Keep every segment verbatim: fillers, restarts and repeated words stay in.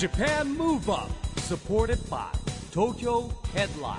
Japan Move Up supported by Tokyo Headline。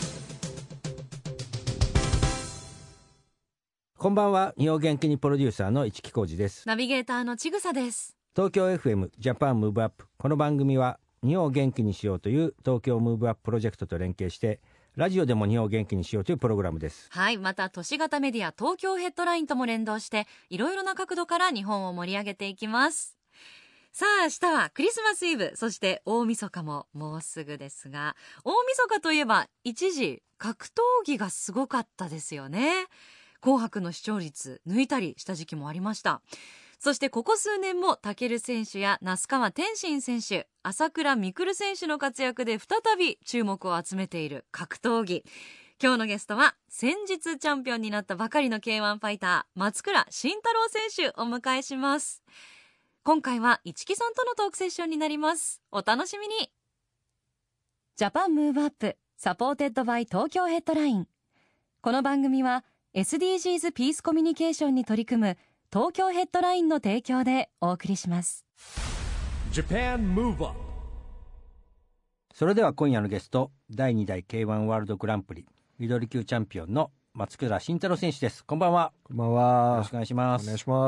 こんばんは。日本元気にプロデューサーの市木浩司です。 ナビゲーターのちぐさです。 東京 エフエム Japan Move Up、 この番組は日本を元気にしようという東京ムーブアッププロジェクトと連携してラジオでも日本を元気にしようというプログラムです。 はい、また都市型メディア東京ヘッドラインとも連動していろいろな角度から日本を盛り上げていきます。さあ、明日はクリスマスイブ、そして大晦日ももうすぐですが、大晦日といえば一時格闘技がすごかったですよね。紅白の視聴率抜いたりした時期もありました。そしてここ数年も武選手や那須川天心選手、朝倉未来選手の活躍で再び注目を集めている格闘技。今日のゲストは先日チャンピオンになったばかりの ケーワン ファイター松倉慎太郎選手をお迎えします。今回は市木さんとのトークセッションになります。お楽しみに。ジャパンムーブアップサポーテッドバイ東京ヘッドライン。この番組は エスディージーズ ピースコミュニケーションに取り組む東京ヘッドラインの提供でお送りします。 Japan Move Up。 それでは今夜のゲスト、だいにだい ケーワン ワールドグランプリミドル級チャンピオンの松倉慎太郎選手です。こんばんは。 こんばんは。 よろしくお願いします。 お願いします。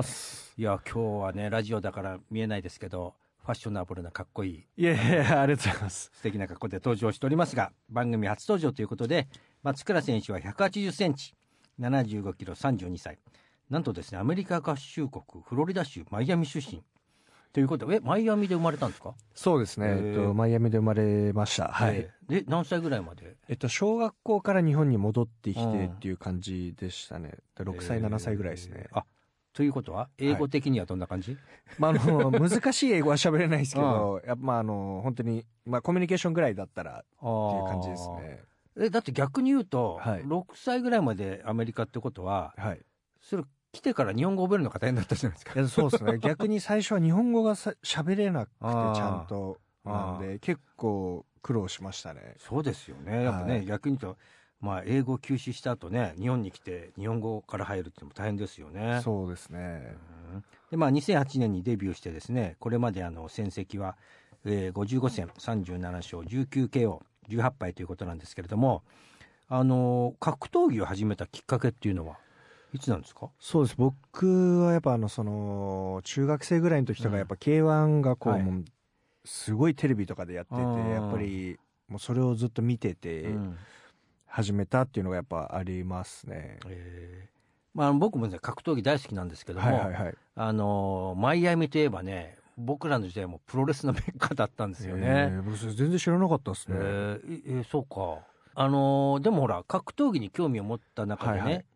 いや、今日はねラジオだから見えないですけどファッショナブルなかっこいい、 いやいやいや、ありがとうございます。 素敵な格好で登場しておりますが、番組初登場ということで、松倉選手はひゃくはちじゅっセンチ、ななじゅうごキロ、さんじゅうにさい、なんとですねアメリカ合衆国フロリダ州マイアミ出身ということで、えマイアミで生まれたんですか？ そうですね、えっと、マイアミで生まれました。はい。 で何歳ぐらいまで？ えっと小学校から日本に戻ってきてっていう感じでしたね。ろくさいななさいぐらいですね。 あ、ということは英語的にはどんな感じ？はい、 まあ、あの難しい英語は喋れないですけどやっぱまああの本当に、まあ、コミュニケーションぐらいだったらっていう感じですね。 えだって逆に言うと、 はい、 ろくさいぐらいまでアメリカってことは、はい、それ来てから日本語覚えるのが大変だったじゃないですか。 いやそうですね逆に最初は日本語がさ喋れなくてちゃんとなんで結構苦労しましたね。 そうですよね。やっぱね、はい、逆に言うと、まあ、英語を休止した後ね日本に来て日本語から入るってのも大変ですよね。 そうですね。 うんで、まあ、にせんはちねんにデビューしてですね、これまであの戦績は、えー、ごじゅうごせんさんじゅうななしょうじゅうきゅうケーオーじゅうはち敗ということなんですけれども、あの格闘技を始めたきっかけっていうのはいつなんですか？ そうです。僕はやっぱあのその中学生ぐらいの時とかやっぱ ケーワン がこう、はい、もうすごいテレビとかでやってて、やっぱりもうそれをずっと見てて始めたっていうのがやっぱありますね。 えーまあ、僕も、ね、格闘技大好きなんですけども、はいはいはい、あのマイアミといえばね僕らの時代もプロレスのメッカだったんですよね。 えー、僕全然知らなかったですね。 えーえー、そうか。あのー、でもほら格闘技に興味を持った中でね、はいはい、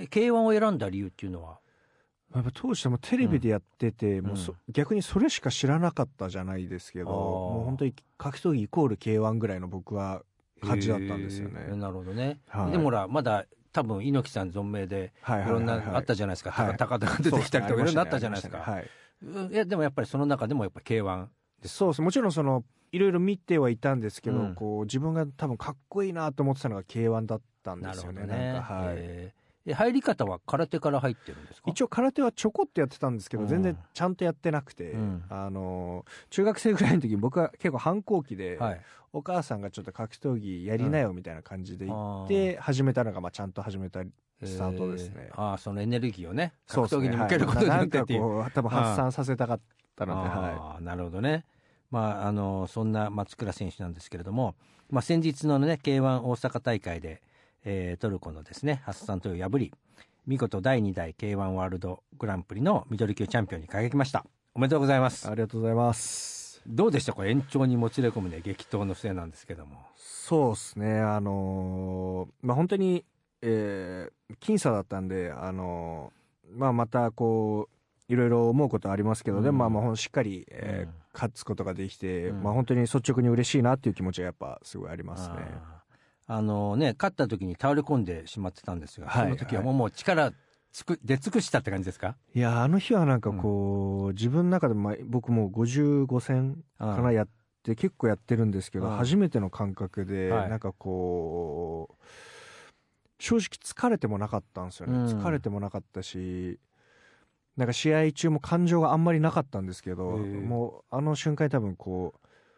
ケーワン を選んだ理由っていうのはやっぱ当時でもテレビでやってて、うん、もうそ逆にそれしか知らなかったじゃないですけど、もう本当に格闘技イコール ケーワン ぐらいの僕は感じだったんですよね。 なるほどね、はい、でもほらまだ多分猪木さん存命でいろんなあったじゃないですか、はいはいはい、高田が出てきたりとかいろいろあったじゃないですか、はい、いやでもやっぱりその中でもやっぱ ケーワンそうです。もちろんそのいろいろ見てはいたんですけど、うん、こう自分が多分かっこいいなと思ってたのが ケーワン だったんですよね。 なるほどね。 なんか、はい、 えー、入り方は空手から入ってるんですか？ 一応空手はちょこっとやってたんですけど、うん、全然ちゃんとやってなくて、うん、あの中学生ぐらいの時に僕は結構反抗期で、はい、お母さんがちょっと格闘技やりなよみたいな感じで言って始めたのが、まあ、ちゃんと始めたスタートですね。 えー、あそのエネルギーをね格闘技に向けることになってっていう、 はい、なんかこう多分発散させたかったので、 はい、なるほどね。まあ、あのそんな松倉選手なんですけれども、まあ、先日の、ね、ケーワン 大阪大会で、えー、トルコのですねハッサントヨを破り見事だいにだい ケーワン ワールドグランプリのミドル級チャンピオンに輝きました。おめでとうございます。 ありがとうございます。 どうでしたこれ延長にもつれ込む、ね、激闘の末なんですけども。 そうですね、あのーまあ、本当に、えー、僅差だったんで、あのーまあ、またこういろいろ思うことありますけど、うん、でもまあまあしっかり、えーうん、勝つことができて、うんまあ、本当に率直に嬉しいなっていう気持ちはやっぱすごいありますね。 あのね勝った時に倒れ込んでしまってたんですが、はい、その時はもう、はい、もう力つく出尽くしたって感じですか？ いやあの日はなんかこう、うん、自分の中でも僕もうごじゅうごせんかなやって結構やってるんですけど、初めての感覚で、はい、なんかこう正直疲れてもなかったんですよね、うん、疲れてもなかったしなんか試合中も感情があんまりなかったんですけど、もうあの瞬間に多分こう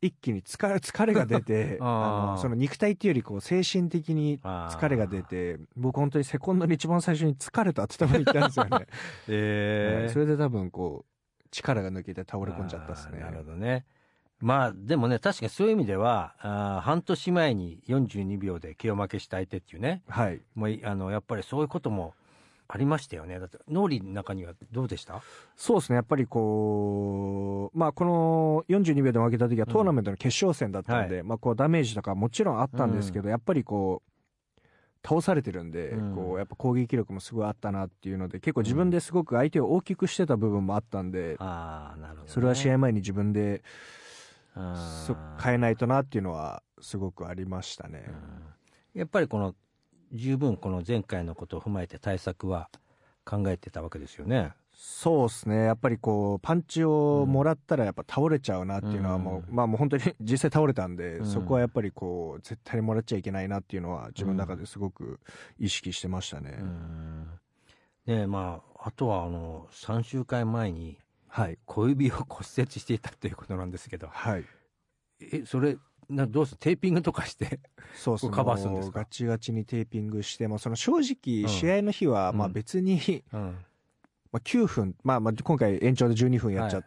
一気に疲れ疲れが出てあのその肉体っていうよりこう精神的に疲れが出て、僕本当にセコンドに一番最初に疲れたって多分言ったんですよね、 えー、 それで多分こう力が抜けて倒れ込んじゃったっすね。 なるほどね。まあでもね、確かにそういう意味ではあ半年前によんじゅうにびょうで ケーオー 負けした相手っていうね、 はい、 もうあのやっぱりそういうこともありましたよね。だって脳裏の中にはどうでした？ そうですね、やっぱりこうまあこのよんじゅうにびょうで負けた時はトーナメントの決勝戦だったんで、うん、はい、まあこうダメージとかもちろんあったんですけど、うん、やっぱりこう倒されてるんで、うん、こうやっぱ攻撃力もすごいあったなっていうので、結構自分ですごく相手を大きくしてた部分もあったんで、うん、あ、なるほどね、それは試合前に自分で変えないとなっていうのはすごくありましたね。 うん、やっぱりこの十分この前回のことを踏まえて対策は考えてたわけですよね。 そうですね、やっぱりこうパンチをもらったらやっぱ倒れちゃうなっていうのはもう、うん、まあもう本当に実際倒れたんで、うん、そこはやっぱりこう絶対にもらっちゃいけないなっていうのは自分の中ですごく意識してましたね。うんうん、ね、まああとはあのさんしゅうかんまえに小指を骨折していたということなんですけど、 はい、 えそれなどうするテーピングとかしてそうそうカバーするんですか？ ガチガチにテーピングして、まあ、その正直試合の日はまあ別に、うんうん、まあきゅうふん、まあ、まあ今回延長でじゅうにふんやっちゃ、はい、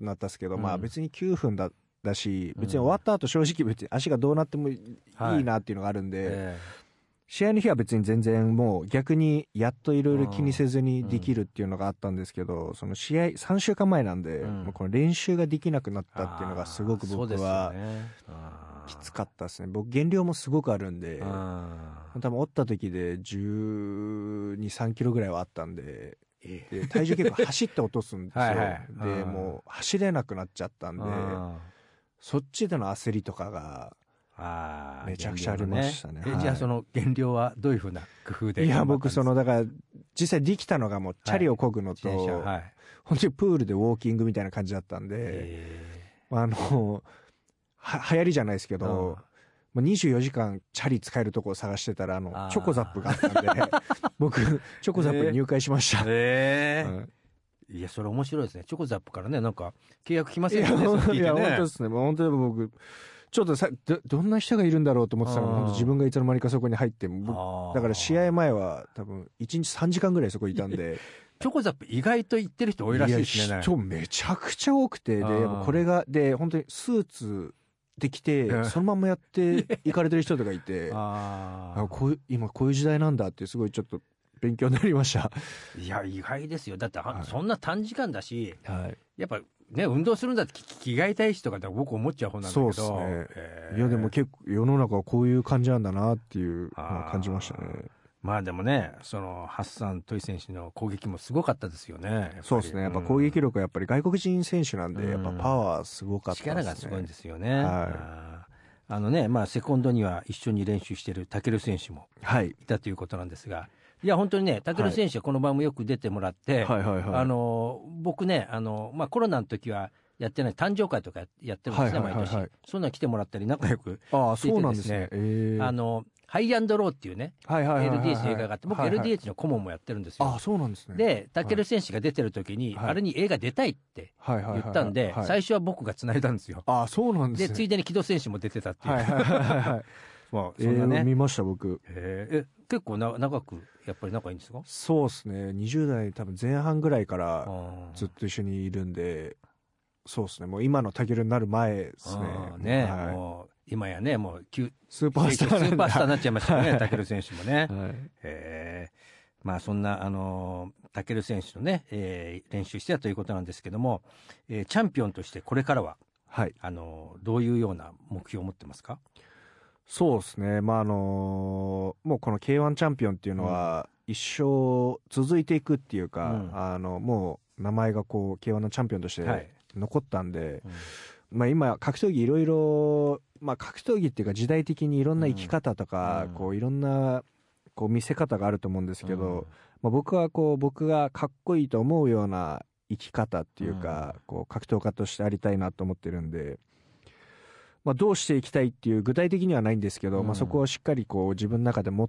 なったんですけど、まあ別にきゅうふんだだし、別に終わった後正直別に足がどうなってもいいなっていうのがあるんで、はい、えー試合の日は別に全然もう逆にやっといろいろ気にせずにできるっていうのがあったんですけど、うん、その試合さんしゅうかんまえなんで、うん、もうこの練習ができなくなったっていうのがすごく僕はきつかったですね。僕減量もすごくあるんで、多分折った時でじゅうに、さんキロぐらいはあったんで、で体重結構走って落とすんですよ。はい、はい、でもう走れなくなっちゃったんで、そっちでの焦りとかがあめちゃくちゃありましたね。 ね、はい、じゃあその減量はどういうふうな工夫で？ いや僕そのだから実際できたのがもうチャリを漕ぐのと、はいはい、本当にプールでウォーキングみたいな感じだったんで、あのは流行りじゃないですけど、うん、にじゅうよじかんチャリ使えるとこを探してたらあのチョコザップがあったんで僕チョコザップに入会しました。 えーうんいやそれ面白いですね。チョコザップからねなんか契約来ませんよね。いや、ね、 いや本当ですね。もう本当に僕ちょっとさ ど, どんな人がいるんだろうと思ってたのが本当自分がいつの間にかそこに入ってだから試合前は多分いちにちさんじかんぐらいそこいたんでチョコザップ意外と行ってる人多いらしいですね。 いや人めちゃくちゃ多くてでこれがで本当にスーツできてそのままやって行かれてる人とかいてあこういう今こういう時代なんだってすごいちょっと勉強になりました。いや意外ですよ。だって、はい、そんな短時間だし、 はい、 やっぱね運動するんだって着替えたい人が僕思っちゃう方なんだけど。 そうですね、えー、いやでも結構世の中はこういう感じなんだなっていうのを感じましたね。 まあでもねそのハッサントイ選手の攻撃もすごかったですよね。 そうですねやっぱ攻撃力はやっぱり外国人選手なんで、うん、やっぱパワーすごかったですね。 力がすごいんですよね。 はい、 ああのねまあセコンドには一緒に練習してるタケル選手もいたということなんですが、はいいや本当にねタケル選手はこの場もよく出てもらって、はいはいはいはい、あの僕ねあの、まあ、コロナの時はやってない誕生会とかやってるんですね、はいはいはいはい、毎年そんなの来てもらったり仲良くしていてですね、えー、あのハイアンドローっていうね、はいはいはいはい、エルディーエイチ の映画があって僕、はいはい、エルディーエイチ の顧問もやってるんですよ。 あそうなんですね。 でタケル選手が出てる時に、はい、あれに映画出たいって言ったんで、はいはいはいはい、最初は僕が繋いだんですよ。 あそうなんですね。 でついでに木戸選手も出てたっていう、 はいはいはいはいまあそんなねえー、見ました僕。 えー、結構な長くやっぱり仲いいんですか？ そうですねにじゅう代多分前半ぐらいからずっと一緒にいるんでそうですねもう今のタケルになる前ですね。 ね、はい、もう今やねもうスーパースタースーパースターになっちゃいましたね、はい、タケル選手もね、はい、えー、まあそんなあのタケル選手のね、えー、練習してたということなんですけども、えー、チャンピオンとしてこれからは、はい、あのどういうような目標を持ってますか？ そうですね、まああのー、もうこの ケーワン チャンピオンっていうのは一生続いていくっていうか、うん、あのもう名前がこう ケーワン のチャンピオンとして残ったんで、はいうんまあ、今格闘技いろいろ、まあ、格闘技っていうか時代的にいろんな生き方とか、うん、こういろんなこう見せ方があると思うんですけど、うんまあ、僕はこう僕がかっこいいと思うような生き方っていうか、うん、こう格闘家としてありたいなと思ってるんで。まあ、どうしていきたいっていう具体的にはないんですけど、うんまあ、そこをしっかりこう自分の中で持って、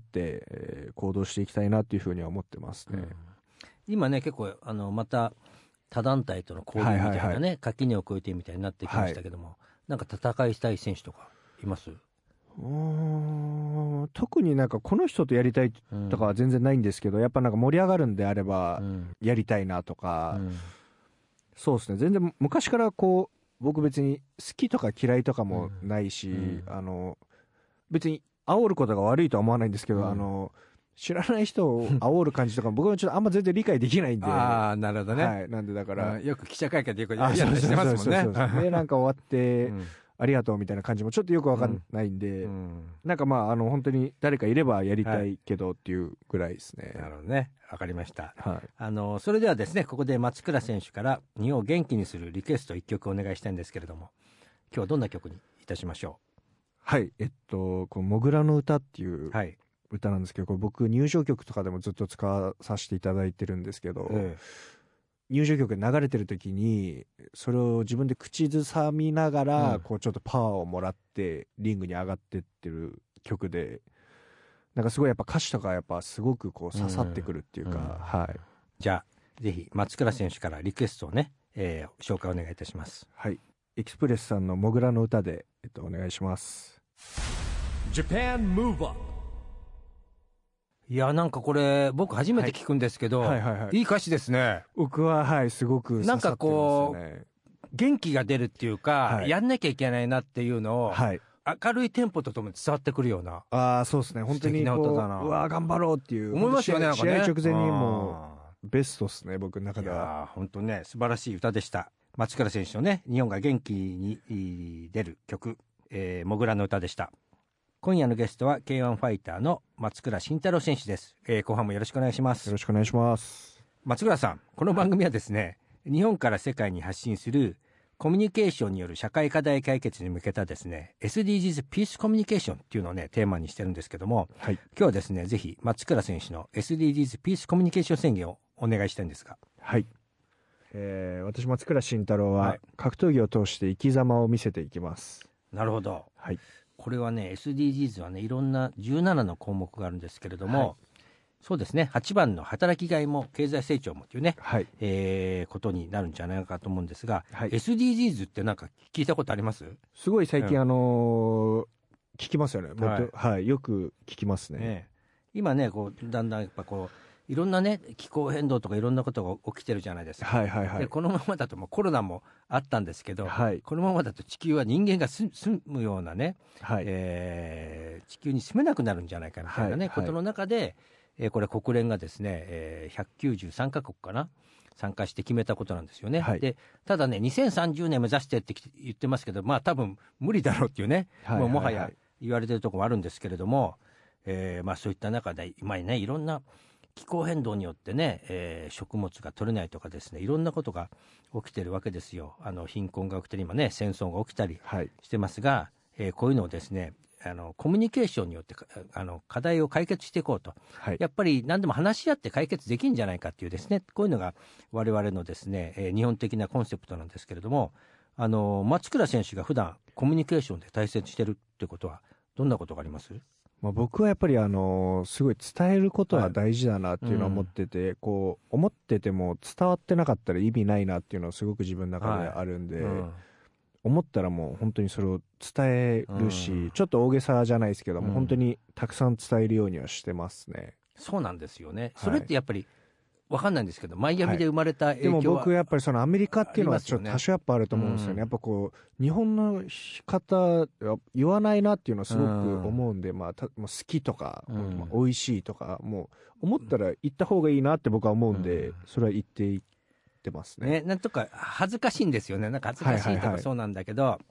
えー、行動していきたいなっていうふうには思ってますね、うん、 今ね結構あのまた他団体との交流みたいなね、はいはいはい、垣根を越えてみたいになってきましたけども、はい、 なんか戦いしたい選手とかいます？ うーん特になんかこの人とやりたいとかは全然ないんですけど、うん、やっぱなんか盛り上がるんであればやりたいなとか、うん、そうですね。全然昔からこう僕別に好きとか嫌いとかもないし、うん、あの別に煽ることが悪いとは思わないんですけど、うん、あの知らない人を煽る感じとか僕はちょっとあんま全然理解できないんでああなるほどね、 はい、なんでだから、 よく記者会見でよくやったりしてますもんね。 でなんか終わって、うんありがとうみたいな感じもちょっとよくわかんないんで、うんうん、なんかまああの本当に誰かいればやりたいけどっていうぐらいですね。 はい、なるほどね、わかりました。 はい、 あのそれではですね、ここで松倉選手から日本を元気にするリクエストいっきょくお願いしたいんですけれども、今日はどんな曲にいたしましょう？ はいえっとこうモグラの歌っていう歌なんですけど、これ僕入場曲とかでもずっと使わさせていただいてるんですけど、ええ入場曲が流れてる時にそれを自分で口ずさみながら、うん、こうちょっとパワーをもらってリングに上がってってる曲で、なんかすごいやっぱ歌詞とかやっぱすごくこう刺さってくるっていうか、うんうん、はい。 じゃあぜひ松倉選手からリクエストをね、えー、紹介お願いいたします。 はい、エキスプレスさんのモグラの歌で、えっと、お願いします。 Japan Move Up。 いやなんかこれ僕初めて聞くんですけど、はいはいはいはい、いい歌詞ですね。 僕ははいすごく刺さってるんですよね。なんかこう元気が出るっていうか、はい、やんなきゃいけないなっていうのを、はい、明るいテンポとともに伝わってくるような、 ああそうですね、本当にこう歌だな、 うわ頑張ろうっていう思いますよね。なんかね試合直前にもうベストですね僕の中では。いや本当ね素晴らしい歌でした。松倉選手のね日本が元気に出る曲、えー、モグラの歌でした。今夜のゲストは ケーワン ファイターの松倉慎太郎選手です、えー、後半もよろしくお願いします。 よろしくお願いします。 松倉さん、この番組はですね、日本から世界に発信するコミュニケーションによる社会課題解決に向けたですね エスディージーズ ピースコミュニケーションっていうのをねテーマにしてるんですけども、はい、今日はですねぜひ松倉選手の エスディージーズ ピースコミュニケーション宣言をお願いしたいんですが。 はい、えー、私松倉慎太郎は格闘技を通して生き様を見せていきます。 なるほど、 はい、 これはね エスディージーズ はねいろんなじゅうななの項目があるんですけれども、はい、そうですねはちばんの働きがいも経済成長もというね、はい、えー、ことになるんじゃないかと思うんですが、はい、エスディージーズ ってなんか聞いたことあります？ すごい最近、うん、あのー、聞きますよね。もっと、はいはい、よく聞きますね。ね今ねこうだんだんやっぱこういろんなね気候変動とかいろんなことが起きてるじゃないですか、はいはいはい、でこのままだともうコロナもあったんですけど、はい、このままだと地球は人間が住むようなね、はい、えー、地球に住めなくなるんじゃないかみたいなね、はい、ことの中で、えー、これ国連がですね、えー、ひゃくきゅうじゅうさんかこくかな参加して決めたことなんですよね、はい、でただねにせんさんじゅうねん目指してって言ってますけど、まあ多分無理だろうっていうね、はいはいはい、もうもはや言われてるところもあるんですけれども、えーまあ、そういった中で今ねいろんな気候変動によってね、えー、食物が取れないとかですねいろんなことが起きてるわけですよ。あの貧困が起きてる今ね戦争が起きたりしてますが、はい、えー、こういうのをですねあのコミュニケーションによってあの課題を解決していこうと、はい、やっぱり何でも話し合って解決できるんじゃないかっていうですねこういうのが我々のですね、えー、日本的なコンセプトなんですけれども、あの松倉選手が普段コミュニケーションで大切にしてるってことはどんなことがあります？ まあ、僕はやっぱりあのすごい伝えることは大事だなっていうのは思ってて、はい、うん、こう思ってても伝わってなかったら意味ないなっていうのはすごく自分の中であるんで、はい、うん、思ったらもう本当にそれを伝えるし、うん、ちょっと大げさじゃないですけども、うん、本当にたくさん伝えるようにはしてますね。 そうなんですよね、はい、それってやっぱり分かんないんですけどマイアミで生まれた影響は、はい、 でも僕やっぱりそのアメリカっていうのはちょっと多少やっぱあると思うんですよね、うん、やっぱこう日本の方言わないなっていうのはすごく思うんで、うん、まあ、たもう好きとか、うん、まあ、美味しいとかもう思ったら言った方がいいなって僕は思うんで、うん、それは言っていってますね。 ね、なんとか恥ずかしいんですよね。なんか恥ずかしいとかそうなんだけど、はいはいはい、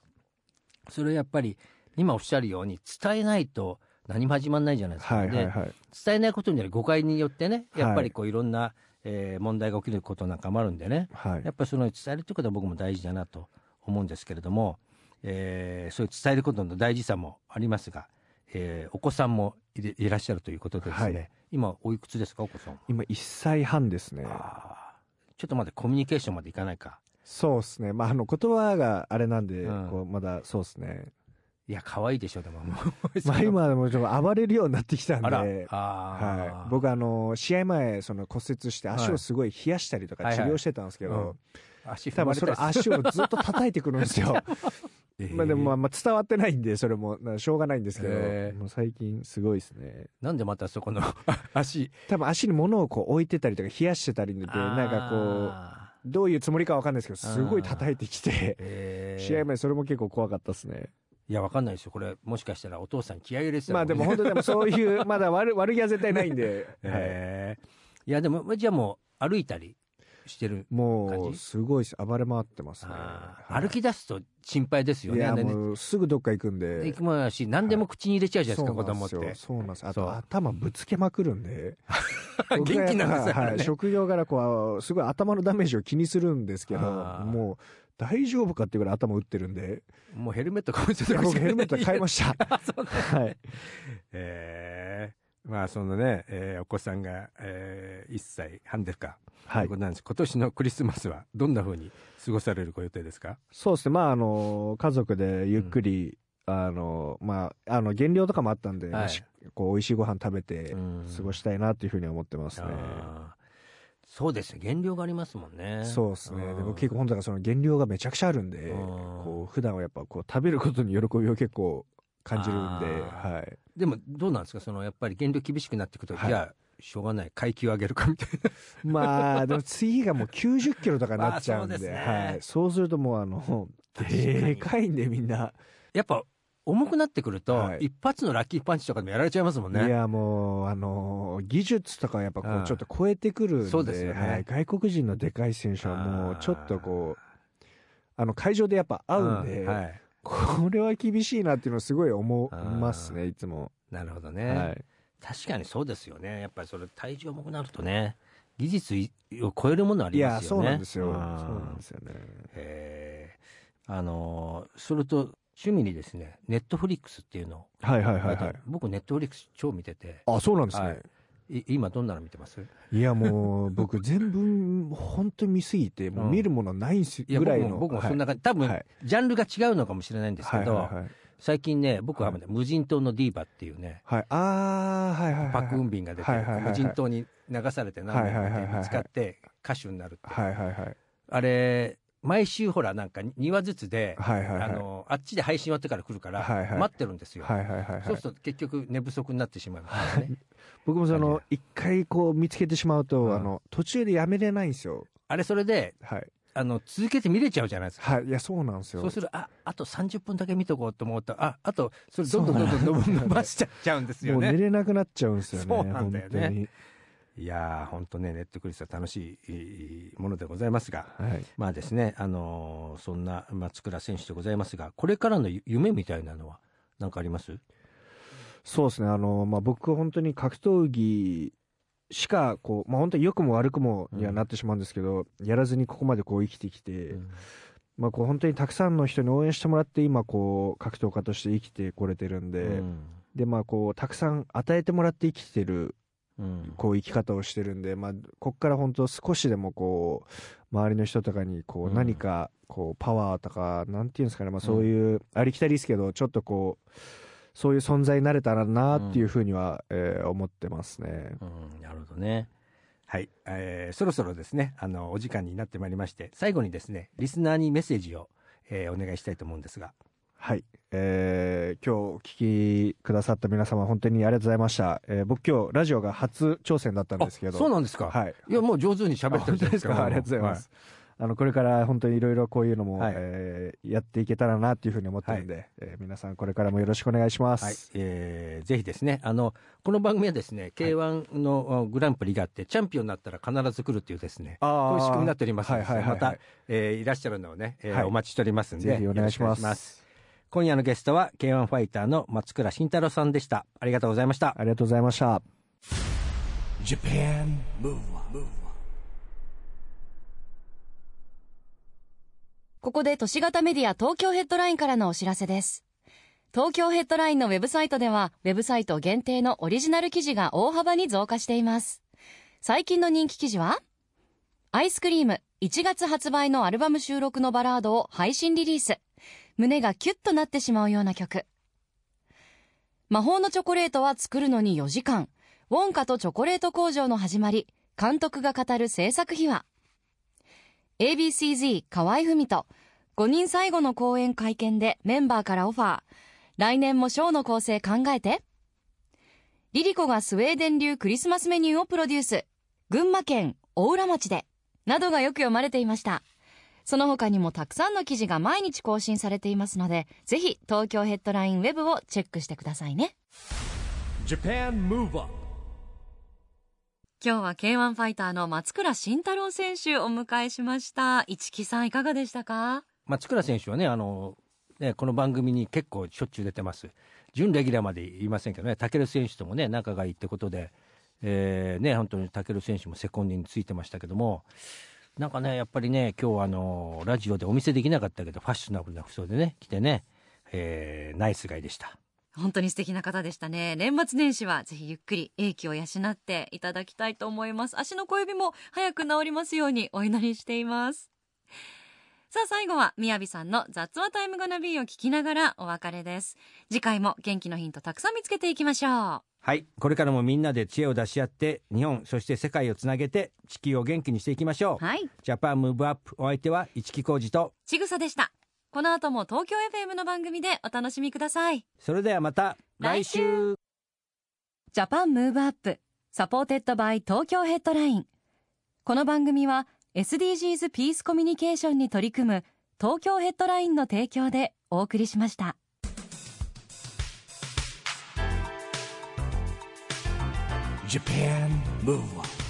それはやっぱり今おっしゃるように伝えないと何も始まんないじゃないですか、はいはいはい、で伝えないことによる誤解によってねやっぱりこういろんな、はい、えー、問題が起きることなんかもあるんでね、はい、やっぱりその伝えるということは僕も大事だなと思うんですけれども、えー、そういう伝えることの大事さもありますが、えー、お子さんも い, いらっしゃるということでですね、はい、今おいくつですかお子さん？ 今いっさいはんですね。 あ、ちょっとまだコミュニケーションまでいかないか。 そうですね、まあ、あの言葉があれなんで、うん、こうまだそうですね。 いや可愛いでしょでもまあ今でもちょっと暴れるようになってきたんで、 あはい、僕あの試合前その骨折して足をすごい冷やしたりとか治療してたんですけど、はいはいはい、うん、足多分それ足をずっと叩いてくるんですよ。 ええーまあでもまあまあ伝わってないんでそれもなしょうがないんですけど、 えーもう最近すごいですね。 なんでまたそこの足多分足に物をこう置いてたりとか冷やしてたりでなんかこうあどういうつもりかわかんないですけどすごい叩いてきてーえー試合前それも結構怖かったですね。 いやわかんないですよこれもしかしたらお父さん気合い入れてたまあでも本当でもそういうまだ悪悪気は絶対ないんで、はい、 えーいやでもじゃあもう歩いたりしてるも感じうすごいです暴れ回ってますね。 あーはい歩き出すと心配ですよね。 いやあれねもうすぐどっか行くんで行くもんやし何でも口に入れちゃうじゃないですか、子供ってそうなんですよそうなんです。あそうと頭ぶつけまくるんで元気なんですよはい、 ね職業柄こうすごい頭のダメージを気にするんですけどあーもう大丈夫かっていうぐらい頭打ってるんでもうヘルメットかぶせいてや僕ヘルメット買いましたそうねはいえーまあそのね、えーお子さんが、えー、いっさいはんですか、 はいということなんです。今年のクリスマスはどんな風に過ごされるご予定ですか？ そうですねまああの家族でゆっくり、あのまああの減量とかもあったんで、 はいしこう美味しいご飯食べてうん過ごしたいなっていうふうに思ってますね。 あーそうですね減量がありますもんね。 そうですね。 んでも結構本当はその減量がめちゃくちゃあるんで、 うんこう普段はやっぱこう食べることに喜びを結構感じるんで、 あーはい。 でもどうなんですかそのやっぱり減量厳しくなっていくと、 はいじゃあしょうがない階級上げるかみたいなまあでも次がもうきゅうじゅっキロとかになっちゃうんで、 あーそうですねはい。そうするともうあの確かにでかいんでみんな。 やっぱ重くなってくると、 はい一発のラッキーパンチとかでもやられちゃいますもんね。 いやもうあの技術とかやっぱこうんうちょっと超えてくるんで、 そうですよねはい、外国人のでかい選手はもあーうちょっとこうあの会場でやっぱ合うんで、 んはい、 これは厳しいなっていうのをすごい思いますねいつも。 なるほどね、 はい。 確かにそうですよね。やっぱりそれ体重重くなるとね技術を超えるものあいやりますよね。 そうなんですよ。そううんなんですよね。 へーあのーそれと趣味にですねネットフリックスっていうのを、 はいはいはいはい。 僕ネットフリックス超見てて、 あ、そうなんですね。 はい、い今どんなの見てます？ い、やもう僕全部本当に見すぎてもう見るものないんすいやぐらいの。 僕も僕もそんな感じ、多分、 はいジャンルが違うのかもしれないんですけど、 はいはいはい。 最近ね僕は、ね無人島のディーバっていうね、 はい、あーはいはいはい。 パク・ウンビンが出て、 はいはいはいはい無人島に流されて何年はいはいはいはいか見つかって歌手になるって、 はいはいはい。 あれ毎週ほらなんかにわずつで、 はいはいはい。 あのあっちで配信終わってから来るから、 はいはい待ってるんですよ、 はいはいはいはい。 そうすると結局寝不足になってしまうみたいなね僕もその一回こう見つけてしまうと、 うんあの途中でやめれないんですよ。 あれそれではいあの続けて見れちゃうじゃないですか。 はい。いやそうなんですよ。 そうするああとさんじゅっぷんだけ見とこうと思うとああとそれどんどんどんどん伸ば伸ばしちゃっちゃうんですよもう寝ね。 れなくなっちゃうんですよね。 そうなんだよね本当に。 いやー本当ねネットフリックスは楽しいものでございますが、 はい。 まあですねあのーそんな松倉選手でございますが、これからの夢みたいなのは何かあります？ そうですね。あのまあ僕は本当に格闘技しかこうまあ本当に良くも悪くもにはなってしまうんですけど、やらずにここまでこう生きてきて、 うんまあこう本当にたくさんの人に応援してもらって今こう格闘家として生きてこれてるんで、 うんでまあこうたくさん与えてもらって生きてるうんこう生き方をしてるんで、まあこっから本当少しでもこう周りの人とかにこううん何かこうパワーとかなんていうんですかね、まあそういうありきたりですけどちょっとこうそういう存在になれたらなっていうふうには、えー思ってますね。 うんなるほどね。はい、えーそろそろですねあのお時間になってまいりまして、最後にですねリスナーにメッセージを、えーお願いしたいと思うんですが。 はい、えー今日お聞きくださった皆様本当にありがとうございました。えー僕今日ラジオが初挑戦だったんですけど。 あそうなんですか。 はい。 いやもう上手に喋ってるじゃないですか。 あ本当ですか。ありがとうございます。あのこれから本当にいろいろこういうのも、 はいえーやっていけたらなっていうふうに思ってるんで、えー皆さんこれからもよろしくお願いします。 はい、えーぜひですねあのこの番組はですね ケーワン のグランプリがあってチャンピオンになったら必ず来るっていうですねあーこういう仕組みになっておりますので、 はいはいはいはいまた、えーいらっしゃるのをね、えーはいお待ちしておりますんでぜひお願いしますよろくお願い今夜のゲストは ケーワン ファイターの松倉慎太郎さんでした。ありがとうございました。 ありがとうございました。 Japan Move Up。 ここで都市型メディア東京ヘッドラインからのお知らせです。東京ヘッドラインのウェブサイトでは、ウェブサイト限定のオリジナル記事が大幅に増加しています。最近の人気記事は、アイスクリームいちがつ発売のアルバム収録のバラードを配信リリース。胸がキュッとなってしまうような曲。魔法のチョコレートは作るのによじかん。ウォンカとチョコレート工場の始まり。監督が語る制作秘話。エービーシーズィー 河合郁人。 ごにん最後の公演会見でメンバーからオファー。来年もショーの構成考えて。リリコがスウェーデン流クリスマスメニューをプロデュース。群馬県大浦町で。などがよく読まれていました。その他にもたくさんの記事が毎日更新されていますので、ぜひ東京ヘッドラインウェブをチェックしてくださいね。 Japan Move Up。 今日は ケーワン ファイターの松倉慎太郎選手をお迎えしました。市木さんいかがでしたか？ 松倉選手はね、あのね、この番組に結構しょっちゅう出てます。準レギュラーまで言いませんけどね、武選手ともね仲がいいってことで、えー、ね本当に武選手もセコンドについてましたけども、なんかねやっぱりね今日あのラジオでお見せできなかったけどファッショナブルな服装でね来てね、えー、ナイスガイでした。 本当に素敵な方でしたね。年末年始はぜひゆっくり英気を養っていただきたいと思います。足の小指も早く治りますようにお祈りしています。さあ最後はみやびさんの雑話タイムゴナビーを聞きながらお別れです。次回も元気のヒントたくさん見つけていきましょう。 はい、これからもみんなで知恵を出し合って日本そして世界をつなげて地球を元気にしていきましょう。 はい、 ジャパンムーブアップ、お相手は市木浩二とちぐさでした。この後も東京 エフエム の番組でお楽しみください。 それではまた来週。 ジャパンムーブアップサポーテッドバイ東京ヘッドライン。この番組は エスディージーズ ピースコミュニケーションに取り組む東京ヘッドラインの提供でお送りしました。 Japan Move Up。